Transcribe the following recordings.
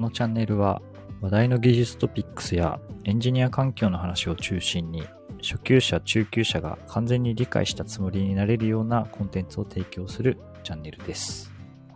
のチャンネルは話題の技術トピックスやエンジニア環境の話を中心に初級者・中級者が完全に理解したつもりになれるようなコンテンツを提供するチャンネルです。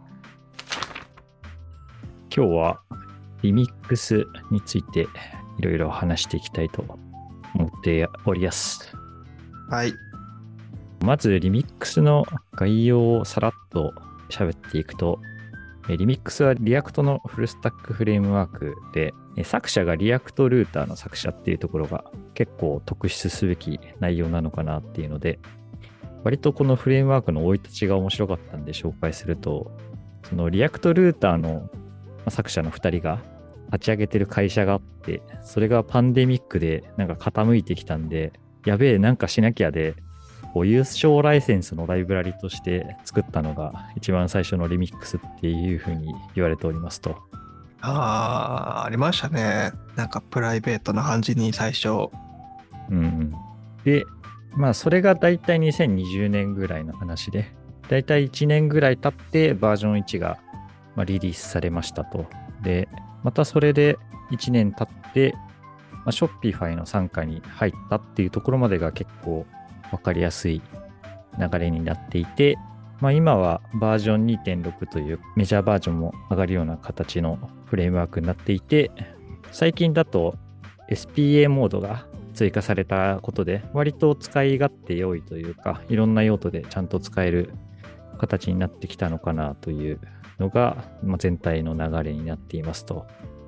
今日はリミックスについていろいろ話していきたいと思っております。 はい。 まずリミックスの概要をさらっと喋っていくと、リミックスはリアクトのフルスタックフレームワークで、作者がリアクトルーターの作者っていうところが結構特筆すべき内容なのかなっていうので、割とこのフレームワークの生い立ちが面白かったんで紹介すると、そのリアクトルーターの作者の2人が立ち上げてる会社があって、それがパンデミックでなんか傾いてきたんで、やべえなんかしなきゃで、有償ライセンスのライブラリとして作ったのが一番最初のリミックスっていうふうに言われておりますと。 ありましたね。なんかプライベートな感じに最初。 で、それがだいたい2020年ぐらいの話で、だいたい1年ぐらい経ってバージョン1がリリースされましたと。で、またそれで1年経って、Shopify の傘下に入ったっていうところまでが結構わかりやすい流れになっていて、今はバージョン 2.6 というメジャーバージョンも上がるような形のフレームワークになっていて、最近だと SPA モードが追加されたことで割と使い勝手良いというか、いろんな用途でちゃんと使える形になってきたのかなというのが、全体の流れになっていますと。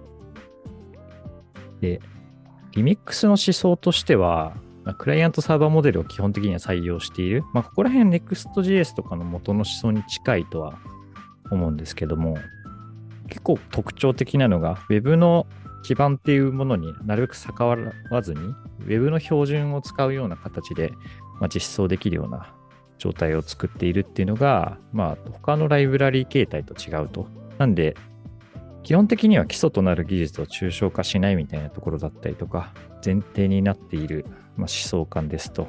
で、リミックスの思想としては、クライアントサーバーモデルを基本的には採用している。ここら辺は Next.js とかの元の思想に近いとは思うんですけども、結構特徴的なのが Web の基盤っていうものになるべく逆らわずに Web の標準を使うような形で、実装できるような状態を作っているっていうのが、他のライブラリー形態と違うと。なんで、基本的には基礎となる技術を抽象化しないみたいなところだったりとか、前提になっている思想感ですと。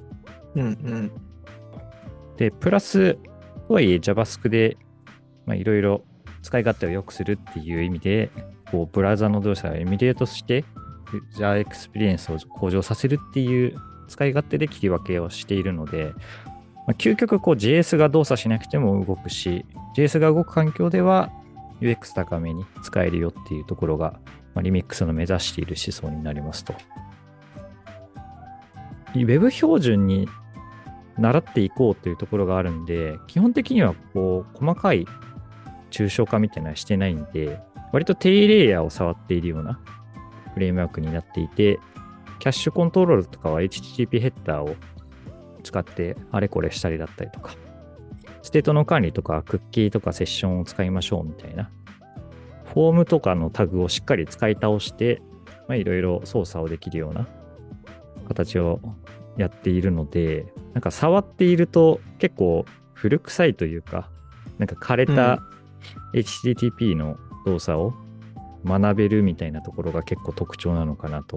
で、プラス、とはいえ JavaScript でいろいろ使い勝手を良くするっていう意味で、ブラウザの動作をエミュレートして、ユーザーエクスペリエンスを向上させるっていう使い勝手で切り分けをしているので、究極JS が動作しなくても動くし、JS が動く環境では UX 高めに使えるよっていうところが、リミックスの目指している思想になりますと。Web 標準に習っていこうというところがあるんで、基本的には細かい抽象化みたいなのはしてないんで、割と低レイヤーを触っているようなフレームワークになっていて、キャッシュコントロールとかは HTTP ヘッダーを使ってあれこれしたりだったりとか、ステートの管理とかクッキーとかセッションを使いましょうみたいな、フォームとかのタグをしっかり使い倒して、いろいろ操作をできるような形をやっているので、なんか触っていると結構古臭いというか、なんか枯れた HTTP の動作を学べるみたいなところが結構特徴なのかなと。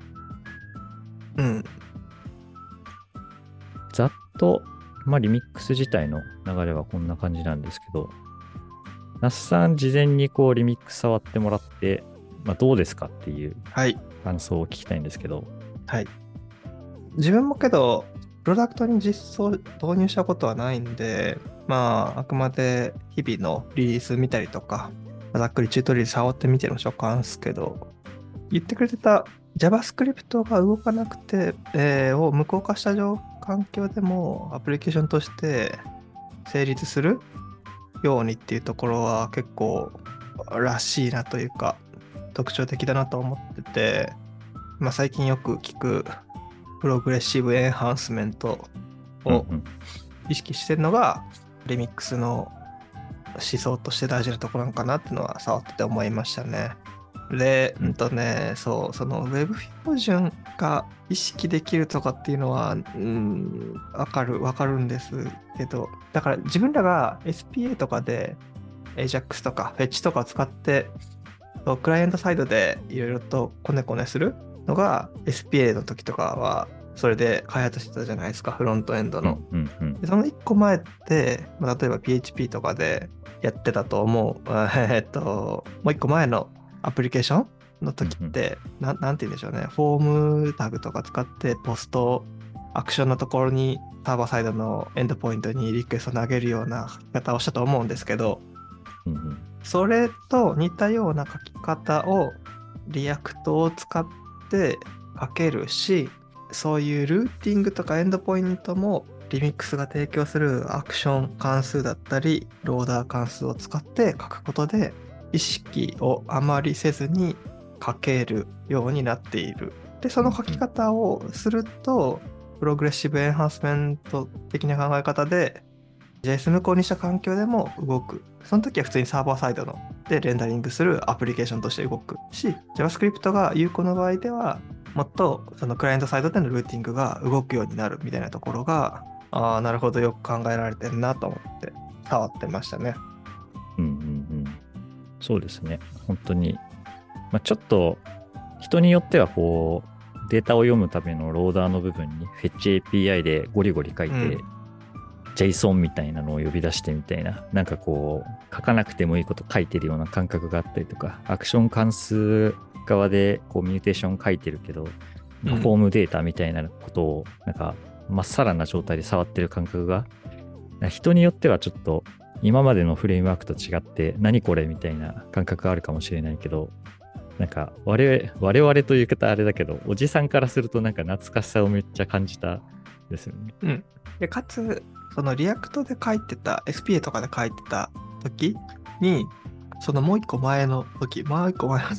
ざっと、リミックス自体の流れはこんな感じなんですけど、那須さん、事前にリミックス触ってもらって、どうですかっていう感想を聞きたいんですけど。 はい。自分もけど、プロダクトに実装導入したことはないんで、あくまで日々のリリース見たりとか、ざっくりチュートリアル触ってみての所感ですけど、言ってくれてた JavaScript が動かなくて、を無効化した環境でもアプリケーションとして成立するようにっていうところは結構らしいなというか特徴的だなと思ってて、最近よく聞くプログレッシブエンハンスメントを意識してるのがリミックスの思想として大事なところなのかなっていうのは触ってて思いましたね。で、その Web 標準が意識できるとかっていうのは、わかるんですけど、だから自分らが SPA とかで AJAX とか Fetch とかを使って、クライアントサイドでいろいろとコネコネするのが SPA の時とかは、それで開発してたじゃないですか、フロントエンドの。でその1個前って、例えば PHP とかでやってたと思う。もう1個前のアプリケーションの時って、なんて言うんでしょうね、フォームタグとか使ってポストアクションのところにサーバーサイドのエンドポイントにリクエストを投げるような書き方をしたと思うんですけど、それと似たような書き方をリアクトを使って書けるし、そういうルーティングとかエンドポイントもリミックスが提供するアクション関数だったりローダー関数を使って書くことで意識をあまりせずに書けるようになっている。で、その書き方をするとプログレッシブエンハンスメント的な考え方で JS 無効にした環境でも動く。その時は普通にサーバーサイドのでレンダリングするアプリケーションとして動くし、JavaScript が有効な場合ではもっとそのクライアントサイドでのルーティングが動くようになるみたいなところが、なるほど、よく考えられてるなと思って触ってましたね。 そうですね。本当に、ちょっと人によってはこうデータを読むためのローダーの部分に Fetch API でゴリゴリ書いて、JSON みたいなのを呼び出してみたいな、なんかこう書かなくてもいいこと書いてるような感覚があったりとか、アクション関数側でこうミューテーション書いてるけど、フォームデータみたいなことをなんかまっさらな状態で触ってる感覚が、人によってはちょっと今までのフレームワークと違って何これみたいな感覚があるかもしれないけど、なんか我々という方あれだけど、おじさんからするとなんか懐かしさをめっちゃ感じたですよね。 でかつそのリアクトで書いてた SPA とかで書いてた時にそのもう一個前の時って言葉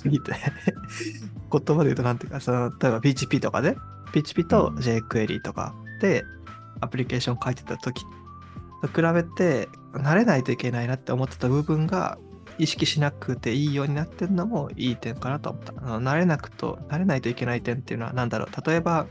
で言うとなんていうか、その例えば PHP とかで PHP と jQuery とかでアプリケーション書いてた時と比べて慣れないといけないなって思ってた部分が意識しなくていいようになってるのもいい点かなと思った。慣れないといけない点っていうのは何だろう。例えば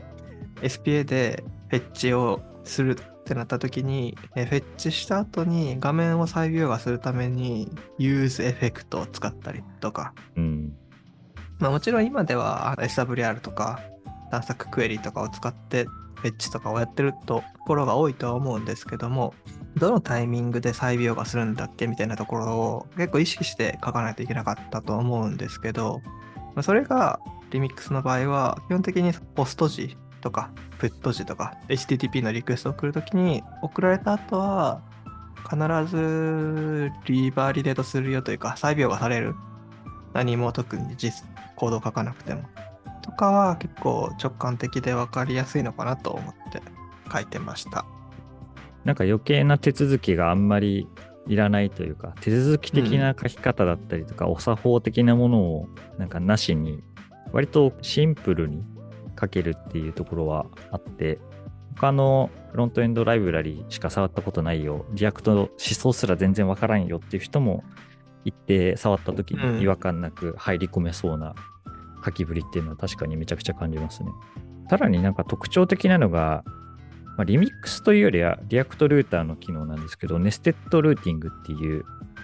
SPA でフェッチをするってなった時に、フェッチした後に画面を再描画するために Use エフェクトを使ったりとか、もちろん今では SWR とか探索クエリとかを使ってフェッチとかをやってるところが多いとは思うんですけども、どのタイミングで再描画するんだっけみたいなところを結構意識して書かないといけなかったと思うんですけど、それがリミックスの場合は基本的にポスト時とかプット時とか HTTP のリクエストを送るときに送られた後は必ずリバリデートするよというか再描画される。何も特にコードを書かなくてもとかは結構直感的で分かりやすいのかなと思って書いてました。 なんか余計な手続きがあんまりいらないというか、手続き的な書き方だったりとか、お作法的なものをなんかなしに割とシンプルに書けるっていうところはあって、他のフロントエンドライブラリしか触ったことないよ、リアクトの思想すら全然わからんよっていう人も行って触った時に違和感なく入り込めそうな書きぶりっていうのは確かにめちゃくちゃ感じますね。さらになんか特徴的なのが、リミックスというよりはリアクトルーターの機能なんですけど、ネステッドルーティングっていう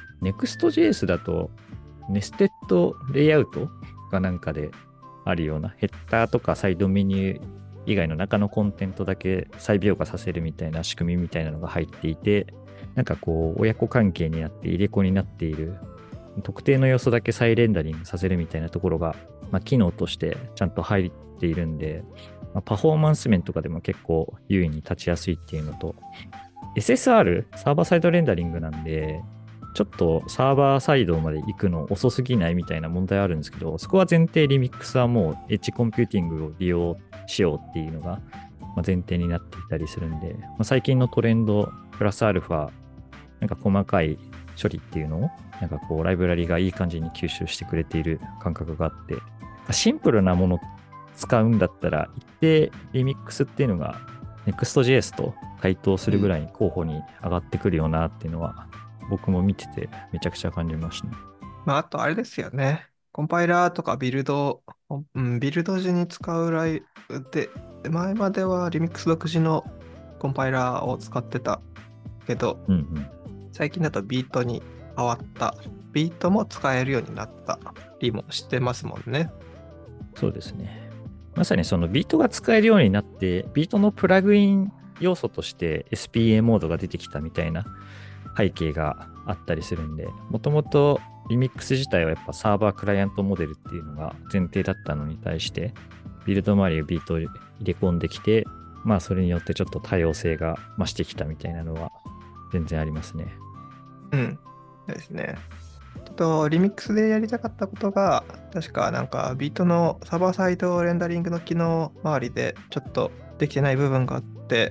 、Next.js だとネステッドレイアウトがなんかであるような、ヘッダーとかサイドメニュー以外の中のコンテントだけ再描画させるみたいな仕組みみたいなのが入っていて、なんかこう親子関係になって入れ子になっている特定の要素だけ再レンダリングさせるみたいなところが、機能としてちゃんと入っているんで、パフォーマンス面とかでも結構優位に立ちやすいっていうのと、SSR、サーバーサイドレンダリングなんで、ちょっとサーバーサイドまで行くの遅すぎないみたいな問題あるんですけど、そこは前提リミックスはもうエッジコンピューティングを利用しようっていうのが前提になっていたりするんで、最近のトレンドプラスアルファ、なんか細かい処理っていうのをなんかこうライブラリがいい感じに吸収してくれている感覚があって、シンプルなもの使うんだったら一定リミックスっていうのが Next.js と対等するぐらいに候補に上がってくるよなっていうのは僕も見ててめちゃくちゃ感じましたね。 あとあれですよね。コンパイラーとかビルド時に使うで、前まではリミックス独自のコンパイラーを使ってたけど、最近だとビートに変わった。ビートも使えるようになったりもしてますもんね。 そうですね。まさにそのビートが使えるようになって、ビートのプラグイン要素として SPA モードが出てきたみたいな背景があったりするんで、もともとリミックス自体はやっぱサーバークライアントモデルっていうのが前提だったのに対して、ビルド周りをビートを入れ込んできて、まあそれによってちょっと多様性が増してきたみたいなのは全然ありますね。 うん。そうですね。リミックスでやりたかったことが、確かなんかビートのサーバーサイドレンダリングの機能周りでちょっとできてない部分があって、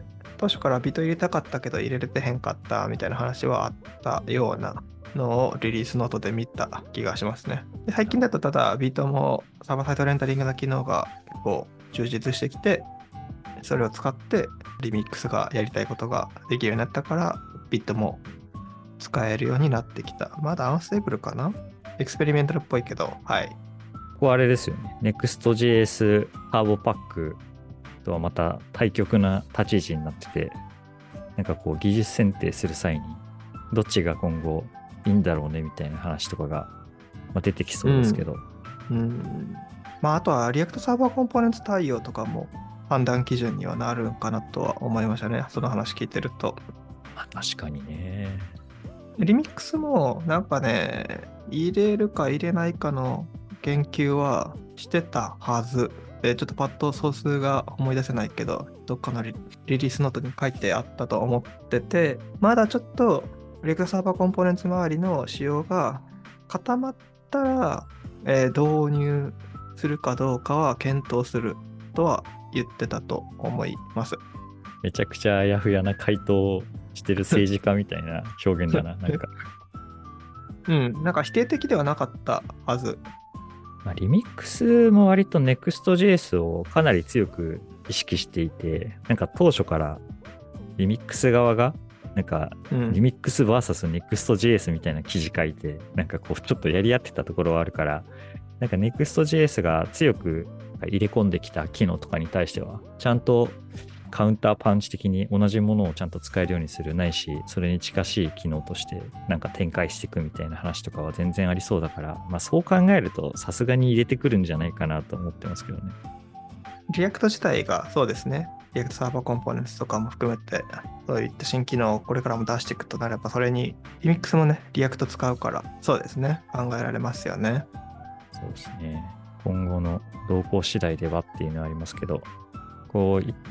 当初からビート入れたかったけど入れれてへんかったみたいな話はあったようなのをリリースノートで見た気がしますね。で最近だとただビートもサーバーサイドレンダリングの機能が結構充実してきて、それを使ってリミックスがやりたいことができるようになったから、ビットも使えるようになってきた。まだアンステーブルかな？エクスペリメンタルっぽいけど、はい。 ここはあれですよね。Next.js ターボパックとはまた対極な立ち位置になってて、なんかこう技術選定する際にどっちが今後いいんだろうねみたいな話とかが出てきそうですけど。 まああとはリアクトサーバーコンポーネンツ対応とかも判断基準にはなるんかなとは思いましたね。その話聞いてると。 まあ確かにね。 リミックスもなんかね、入れるか入れないかの研究はしてたはず。ちょっとパッとソースが思い出せないけど、どっかのリリースノートに書いてあったと思ってて、まだちょっとリアクトサーバーコンポーネンツ周りの仕様が固まったら、導入するかどうかは検討するとは言ってたと思います。 めちゃくちゃあやふやな回答をしてる政治家みたいな表現だな、なんか。 なんか否定的ではなかったはず。 まあ、リミックスも割と Next.js をかなり強く意識していて、なんか当初からリミックス側が、なんかリミックス vs Next.js みたいな記事書いて、なんかこうちょっとやり合ってたところはあるから、なんか Next.js が強く入れ込んできた機能とかに対しては、ちゃんとカウンターパンチ的に同じものをちゃんと使えるようにするないし、それに近しい機能としてなんか展開していくみたいな話とかは全然ありそうだから、まあそう考えるとさすがに入れてくるんじゃないかなと思ってますけどね。 リアクト自体がそうですね。リアクトサーバーコンポーネンツとかも含めて、そういった新機能をこれからも出していくとなれば、それにリミックスもね、リアクト使うから、そうですね。考えられますよね。 そうですね。今後の動向次第ではっていうのはありますけど、こう言って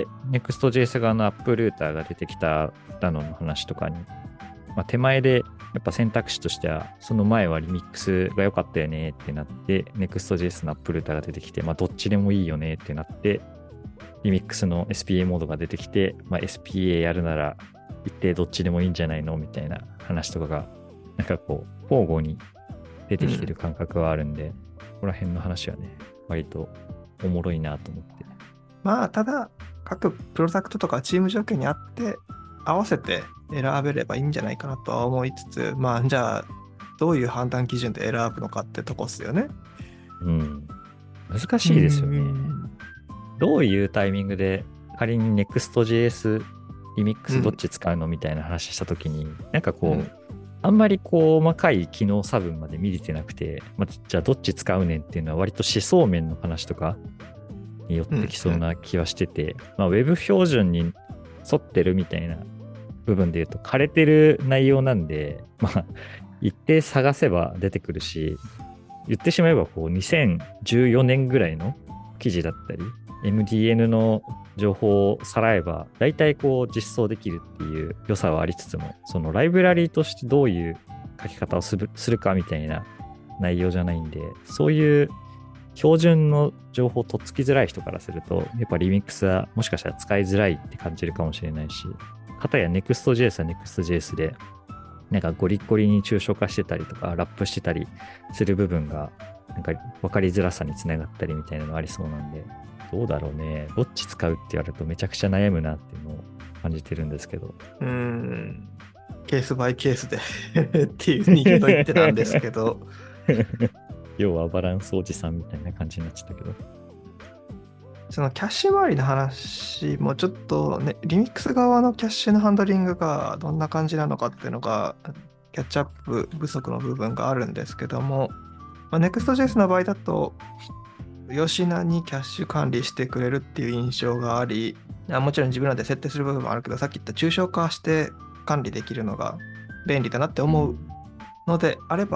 Next.js 側のアップルーターが出てきただのの話とかに、まあ、手前でやっぱ選択肢としてはその前はリミックスが良かったよねってなって Next.js のアップルーターが出てきて、まあ、どっちでもいいよねってなってリミックスの SPA モードが出てきて、まあ、SPA やるなら一定どっちでもいいんじゃないのみたいな話とかがなんかこう交互に出てきてる感覚はあるんで、ここら辺の話はね割とおもろいなと思って。 まあ、ただ、各プロダクトとかチーム条件にあって、合わせて選べればいいんじゃないかなとは思いつつ、まあ、じゃあ、どういう判断基準で選ぶのかってとこっすよね。 難しいですよね。どういうタイミングで仮に Next.js リミックスどっち使うのみたいな話したときに、なんかこう、あんまりこう細かい機能差分まで見れてなくて、まあ、じゃあどっち使うねんっていうのは割と思想面の話とかによってきそうな気はしてて、まあ、ウェブ標準に沿ってるみたいな部分で言うと枯れてる内容なんで、まあ、一定探せば出てくるし、言ってしまえばこう2014年ぐらいの記事だったり、MDN の情報をさらえば、大体こう実装できるっていう良さはありつつも、そのライブラリーとしてどういう書き方をするかみたいな内容じゃないんで、そういう標準の情報をとっつきづらい人からすると、やっぱリミックスはもしかしたら使いづらいって感じるかもしれないし、かたや Next.js は Next.js で、なんかゴリッゴリに抽象化してたりとか、ラップしてたりする部分が、なんか分かりづらさにつながったりみたいなのありそうなんで、どうだろうね。どっち使うって言われるとめちゃくちゃ悩むなっていうのを感じてるんですけど。 ケースバイケースでっていう逃げと言ってなんですけど。 要はバランスおじさんみたいな感じになっちゃったけど。 そのキャッシュ周りの話もちょっとね、リミックス側のキャッシュのハンドリングがどんな感じなのかっていうのが、キャッチアップ不足の部分があるんですけども、Next.js の場合だと、吉名にキャッシュ管理してくれるっていう印象があり、もちろん自分らで設定する部分もあるけど、さっき言った抽象化して管理できるのが便利だなって思うのであれば、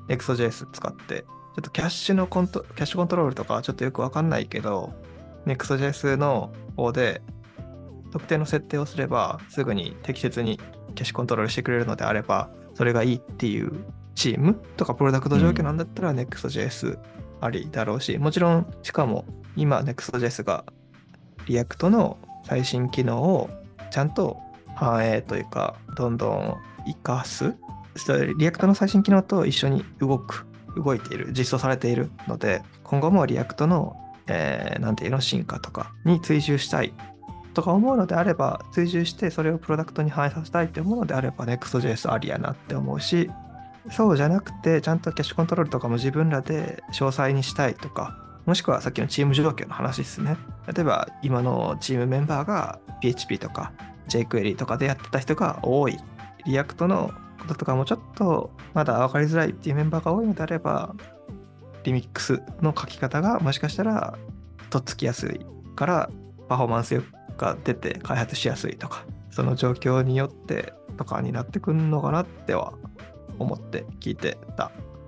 Next.js 使って、ちょっとキャッシュコントロールとかちょっとよくわかんないけど、Next.js の方で特定の設定をすれば、すぐに適切にキャッシュコントロールしてくれるのであれば、それがいいっていうチームとかプロダクト状況なんだったら Next.js ありだろうし、もちろん、しかも今 Next.js がリアクトの最新機能をちゃんと反映というか、どんどん活かす。リアクトの最新機能と一緒に動いている、実装されているので、今後もリアクトの、なんていうの、進化とかに追従したいとか思うのであれば、追従してそれをプロダクトに反映させたいって思うのであれば、Next.js ありやなって思うし、そうじゃなくて、ちゃんとキャッシュコントロールとかも自分らで詳細にしたいとか、もしくはさっきのチーム状況の話ですね。例えば、今のチームメンバーが PHP とか jQuery とかでやってた人が多い。リアクトのこととかもちょっとまだ分かりづらいっていうメンバーが多いのであれば、リミックスの書き方がもしかしたらとっつきやすいからパフォーマンスが出て開発しやすいとか、その状況によってとかになってくるのかなっては思って聞いてた。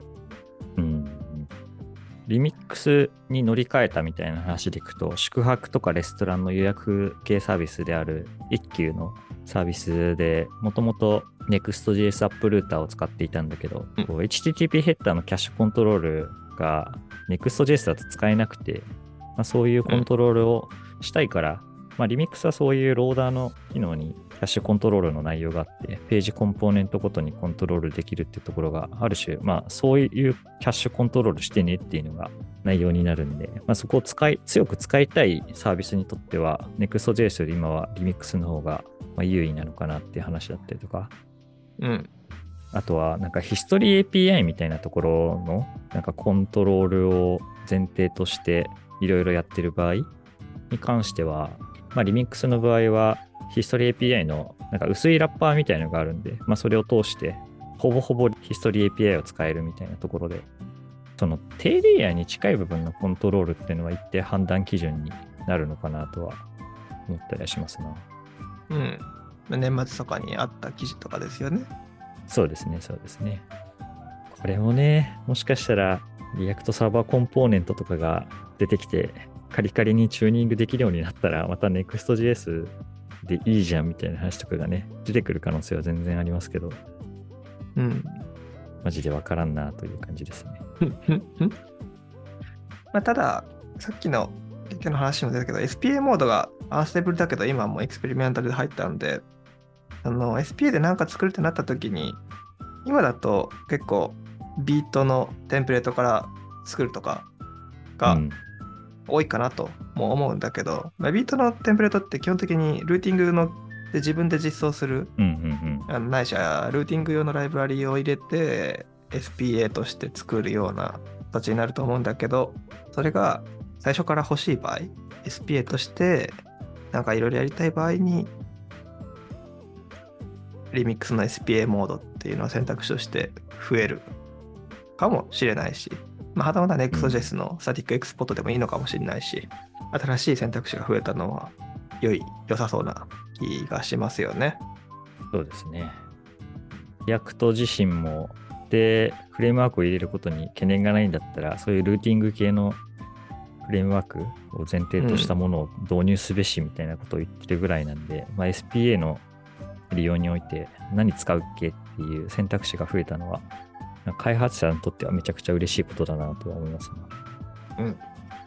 リミックスに乗り換えたみたいな話でいくと、宿泊とかレストランの予約系サービスである一休のサービスで、もともと Next.js アップルーターを使っていたんだけど、HTTP ヘッダーのキャッシュコントロールが Next.js だと使えなくて、そういうコントロールをしたいから、リミックスはそういうローダーの機能にキャッシュコントロールの内容があって、ページコンポーネントごとにコントロールできるっていうところがある種、そういうキャッシュコントロールしてねっていうのが内容になるんで、そこを強く使いたいサービスにとっては、Next.js より今はリミックスの方が優位なのかなっていう話だったりとか、あとはなんかヒストリー API みたいなところのなんかコントロールを前提としていろいろやってる場合に関しては、リミックスの場合はヒストリー API のなんか薄いラッパーみたいなのがあるんで、それを通してほぼほぼヒストリー API を使えるみたいなところで、その低レイヤーに近い部分のコントロールっていうのは一定判断基準になるのかなとは思ったりはしますな。 年末とかにあった記事とかですよね。 そうですね。これもね、もしかしたらリアクトサーバーコンポーネントとかが出てきて、カリカリにチューニングできるようになったら、また Next.js でいいじゃんみたいな話とかがね、出てくる可能性は全然ありますけど、マジでわからんなという感じですね。 ただ、さっきの話も出たけど、SPA モードがアンステーブルだけど、今もエクスペリメンタルで入ったので、SPA で何か作るってなった時に、今だと結構ビートのテンプレートから作るとかが多いかなとも思うんだけど、ビートのテンプレートって基本的にルーティングので自分で実装する、ないしはルーティング用のライブラリを入れて SPA として作るような形になると思うんだけど、それが最初から欲しい場合、SPA としてなんかいろいろやりたい場合にリミックスの SPA モードっていうのは選択肢として増えるかもしれないし、はたまた Next.js のスタティックエクスポートでもいいのかもしれないし、新しい選択肢が増えたのは良さそうな気がしますよね。 そうですね。リアクト自身もでフレームワークを入れることに懸念がないんだったら、そういうルーティング系のフレームワークを前提としたものを導入すべしみたいなことを言ってるぐらいなんで、SPA の利用において何使うっけっていう選択肢が増えたのは、開発者にとってはめちゃくちゃ嬉しいことだなとは思いますね。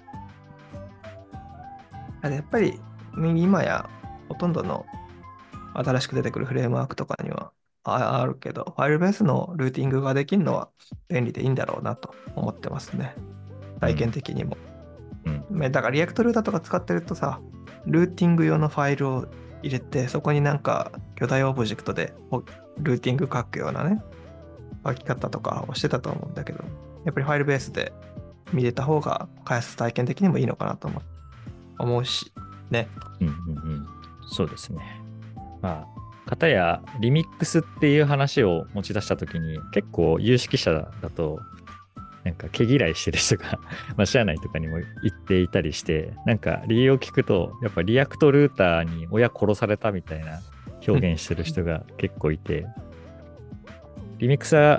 やっぱり今やほとんどの新しく出てくるフレームワークとかにはあるけど、ファイルベースのルーティングができるのは便利でいいんだろうなと思ってますね。体験的にも。だからリアクトルーターとか使ってるとさ、ルーティング用のファイルを入れて、そこになんか巨大オブジェクトでルーティング書くようなね、書き方とかをしてたと思うんだけど、やっぱりファイルベースで見れた方が開発体験的にもいいのかなと思うしね。 そうですね。片やリミックスっていう話を持ち出したときに、結構有識者だとなんか毛嫌いしてる人が社内とかにも言っていたりして、なんか理由を聞くと、やっぱリアクトルーターに親殺されたみたいな表現してる人が結構いて、リミックスは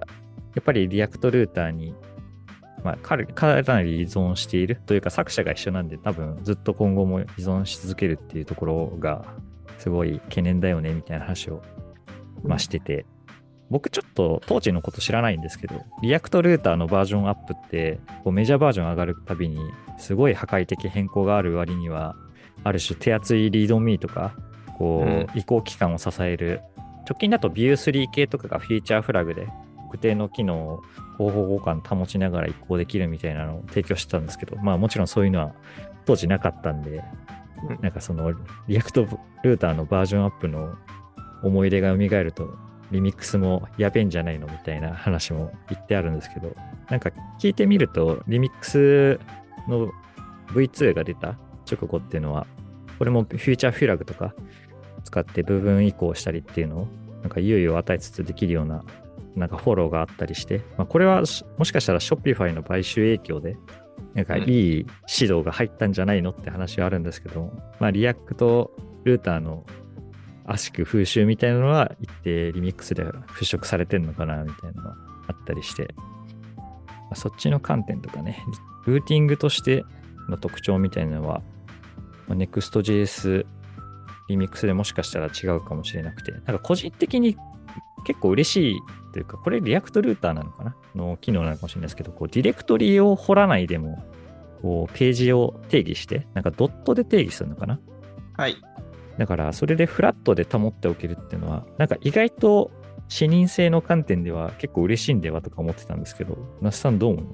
やっぱりリアクトルーターに、まあ、かなり依存しているというか、作者が一緒なんで、多分ずっと今後も依存し続けるっていうところが、すごい懸念だよねみたいな話を、まあ、してて、僕ちょっと当時のこと知らないんですけど、リアクトルーターのバージョンアップって、こうメジャーバージョン上がるたびに、すごい破壊的変更がある割には、ある種手厚いリードミーとか、こう移行期間を支える、直近だと Vue3 系とかがフィーチャーフラグで、特定の機能を広報互換保ちながら移行できるみたいなのを提供してたんですけど、まあもちろんそういうのは当時なかったんで、なんかそのリアクトルーターのバージョンアップの思い出が蘇ると、リミックスもやべえんじゃないのみたいな話も言ってあるんですけど、なんか聞いてみると、リミックスの V2 が出た直後っていうのは、これもフューチャーフラグとか使って部分移行したりっていうのを、なんか猶予を与えつつできるような、なんかフォローがあったりして、まあ、これはもしかしたら Shopify の買収影響で、なんかいい指導が入ったんじゃないのって話はあるんですけど、まあ、リアクトルーターの悪しく風習みたいなのは一定リミックスで払拭されてるのかなみたいなのがあったりして、まあ、そっちの観点とかね、ルーティングとしての特徴みたいなのは、まあ、Next.js リミックスでもしかしたら違うかもしれなくて、なんか個人的に結構嬉しいというか、これリアクトルーターなのかなの機能なのかもしれないですけど、こうディレクトリを掘らないでも、こうページを定義して、なんかドットで定義するのかな。 はい。 だからそれでフラットで保っておけるっていうのは、なんか意外と視認性の観点では結構嬉しいんではとか思ってたんですけど、那須さんどう思います？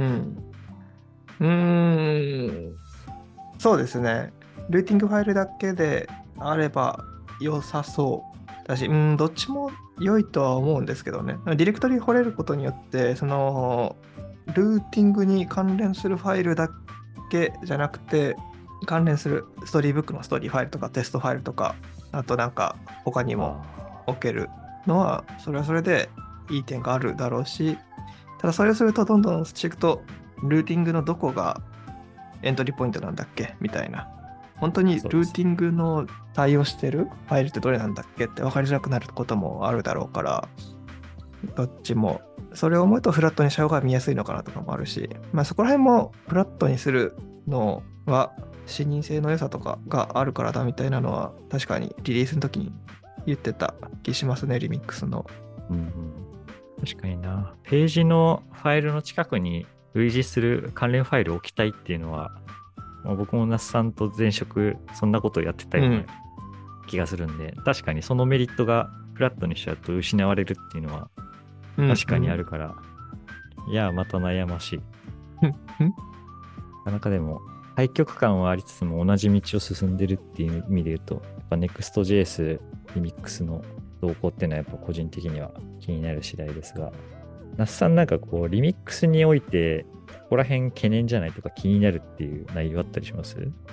そうですね。ルーティングファイルだけであれば良さそうだし、どっちも良いとは思うんですけどね。ディレクトリ掘れることによって、そのルーティングに関連するファイルだけじゃなくて、関連するストーリーブックのストーリーファイルとかテストファイルとか、あとなんか他にも置けるのは、それはそれでいい点があるだろうし、ただそれをするとどんどんしていくと、ルーティングのどこがエントリーポイントなんだっけみたいな。本当にルーティングの対応してるファイルってどれなんだっけって分かりづらくなることもあるだろうから、どっちも、それを思うとフラットにした方が見やすいのかなとかもあるし、まあそこら辺もフラットにするのは視認性の良さとかがあるからだみたいなのは確かにリリースの時に言ってた気しますね、リミックスの。 確かにな。ページのファイルの近くに類似する関連ファイルを置きたいっていうのは、まあ、僕も那須さんと前職そんなことをやってたような気がするんで、確かにそのメリットがフラットにしちゃうと失われるっていうのは確かにあるから、いやまた悩ましい。なかなかでも対極感はありつつも同じ道を進んでるっていう意味で言うと、やっぱ Next.js リミックスの動向っていうのはやっぱ個人的には気になる次第ですが、那須さんなんかこうリミックスにおいてここら辺懸念じゃないとか気になるっていう内容あったりします？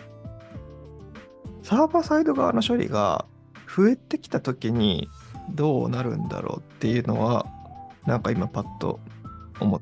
サーバーサイド側の処理が増えてきたときにどうなるんだろうっていうのは、なんか今パッと思った。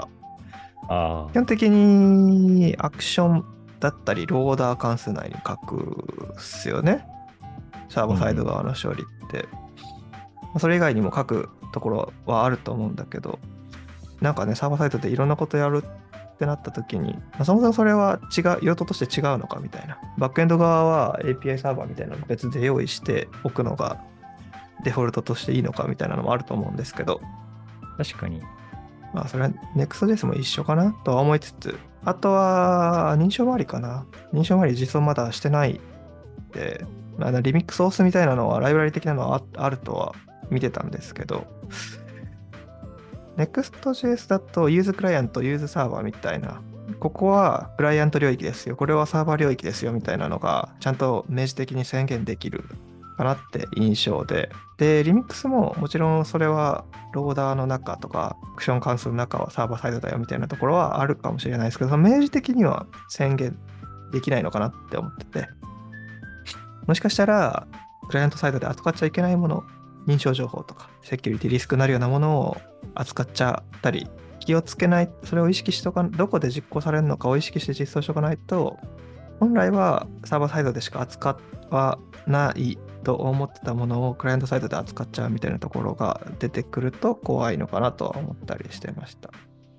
基本的にアクションだったりローダー関数内に書くっすよね。サーバーサイド側の処理って。それ以外にも書くところはあると思うんだけど、なんかね、サーバーサイドでいろんなことやるってなった時に、そもそもそれは用途として違うのかみたいな。バックエンド側は API サーバーみたいなの別で用意しておくのがデフォルトとしていいのかみたいなのもあると思うんですけど。 確かに。 まあそれは Next.js も一緒かなとは思いつつ、あとは認証周りかな。認証周り実装まだしてないで、リミックスオースみたいなのはライブラリ的なのはあるとは見てたんですけど、Next.js だと Use クライアント、Use サーバーみたいな、ここはクライアント領域ですよ、これはサーバー領域ですよみたいなのがちゃんと明示的に宣言できるかなって印象で、で、リミックスももちろんそれはローダーの中とかアクション関数の中はサーバーサイドだよみたいなところはあるかもしれないですけど、その明示的には宣言できないのかなって思ってて、もしかしたらクライアントサイドで扱っちゃいけないもの、認証情報とかセキュリティリスクになるようなものを扱っちゃったり、気をつけない、それを意識しとか、どこで実行されるのかを意識して実装しておかないと、本来はサーバーサイドでしか扱わないと思ってたものをクライアントサイトで扱っちゃうみたいなところが出てくると怖いのかなとは思ったりしてました。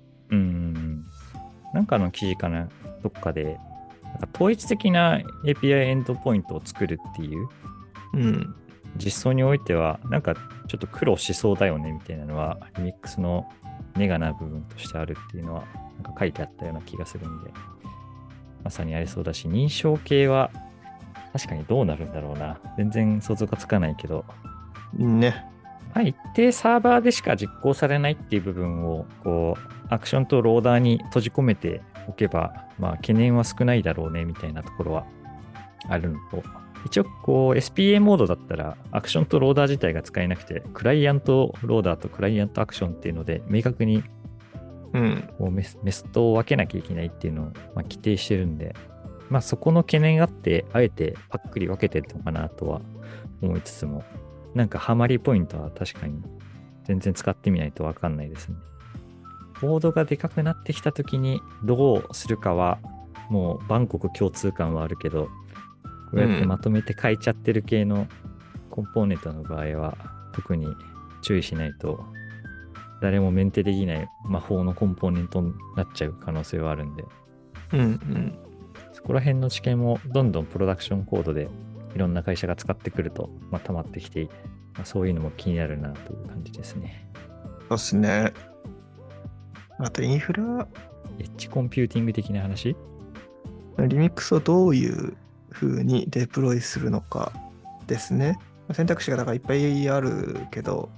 なんかの記事かな、どっかで、なんか統一的な API エンドポイントを作るっていう、実装においては、なんかちょっと苦労しそうだよねみたいなのは、リミックスのネガな部分としてあるっていうのは、なんか書いてあったような気がするんで、まさにありそうだし、認証系は確かにどうなるんだろうな。全然想像がつかないけど、 ね。 まあ、一定サーバーでしか実行されないっていう部分を、こう、アクションとローダーに閉じ込めておけば、まあ、懸念は少ないだろうね、みたいなところはあるのと、一応、こう、SPA モードだったら、アクションとローダー自体が使えなくて、クライアントローダーとクライアントアクションっていうので、明確に、こうメソッドを分けなきゃいけないっていうのを、まあ、規定してるんで、まあ、そこの懸念があって、あえてパックリ分けてるのかなとは思いつつも、なんかハマりポイントは確かに全然使ってみないと分かんないですね。ボードがでかくなってきたときにどうするかはもう万国共通感はあるけど、こうやってまとめて書いちゃってる系のコンポーネントの場合は特に注意しないと誰もメンテできない魔法のコンポーネントになっちゃう可能性はあるんで、そこら辺の知見もどんどんプロダクションコードでいろんな会社が使ってくると、まあ、溜まってきて、まあ、そういうのも気になるなという感じですね。 そうですね。あとインフラ、 エッジコンピューティング的な話？ リミックスをどういう風にデプロイするのかですね。選択肢がだからいっぱいあるけど、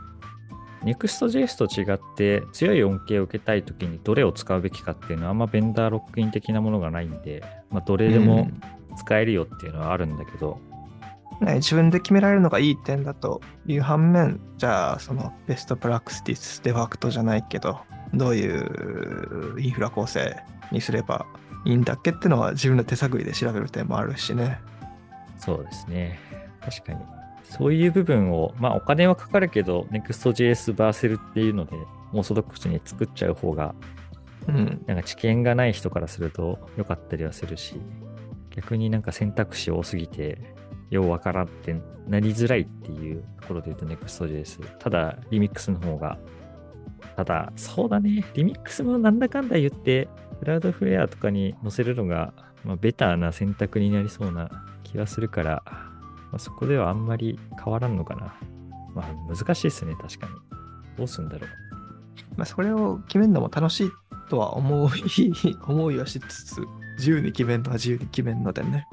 Next.js と違って強い恩恵を受けたいときにどれを使うべきかっていうのはあんまベンダーロックイン的なものがないんで、まあ、どれでも使えるよっていうのはあるんだけど、 自分で決められるのがいい点だという反面、じゃあそのベストプラクティスデファクトじゃないけど、どういうインフラ構成にすればいいんだっけってのは自分の手探りで調べる点もあるしね。 そうですね。確かに。そういう部分を、まあお金はかかるけど、Next.js バーセルっていうので、オーソドックスに作っちゃう方が、なんか知見がない人からすると良かったりはするし、逆になんか選択肢多すぎて、ようわからんってなりづらいっていうところで言うと Next.js。ただ、リミックスの方が、ただ、そうだね。リミックスもなんだかんだ言って、クラウドフレアとかに載せるのが、まあ、ベターな選択になりそうな気がするから、まあ、そこではあんまり変わらんのかな。まあ難しいですね、確かに。どうすんだろう。 まあそれを決めるのも楽しいとは思いはしつつ、自由に決めるのは自由に決めるのでね。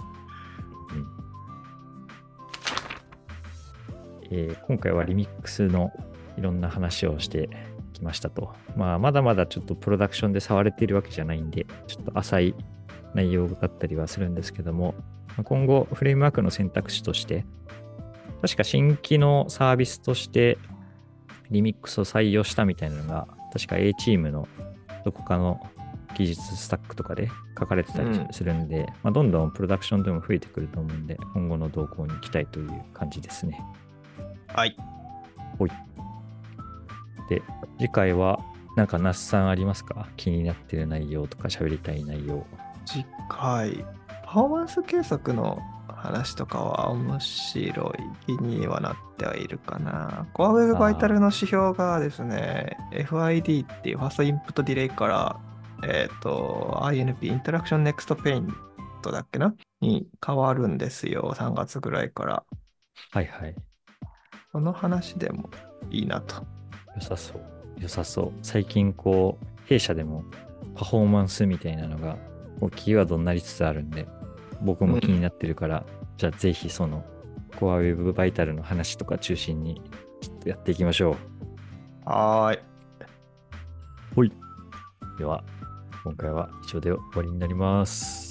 今回はリミックスのいろんな話をしてきましたと。まあまだまだちょっとプロダクションで触れているわけじゃないんで、ちょっと浅い内容だったりはするんですけども、今後フレームワークの選択肢として、確か新規のサービスとしてリミックスを採用したみたいなのが、確か A チームのどこかの技術スタックとかで書かれてたりするんで、まあ、どんどんプロダクションでも増えてくると思うんで、今後の動向に期待という感じですね。 はい。 ほい。で、次回はなんか那須さんありますか？気になってる内容とか喋りたい内容。 次回、パフォーマンス計測の話とかは面白い気にはなってはいるかな。コアウェブバイタルの指標がですね、FID っていうファーストインプットディレイから、INP、インタラクションネクストペイントだっけなに変わるんですよ、3月ぐらいから。 はいはい。 その話でもいいなと。 良さそう。良さそう。最近こう、弊社でもパフォーマンスみたいなのがこうキーワードになりつつあるんで、僕も気になってるから、じゃあぜひそのコアウェブバイタルの話とか中心にちょっとやっていきましょう。はーい。 ほい。では、今回は以上で終わりになります。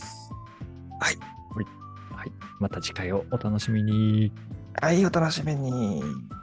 はい。 はい。また次回をお楽しみに。 はい、お楽しみに。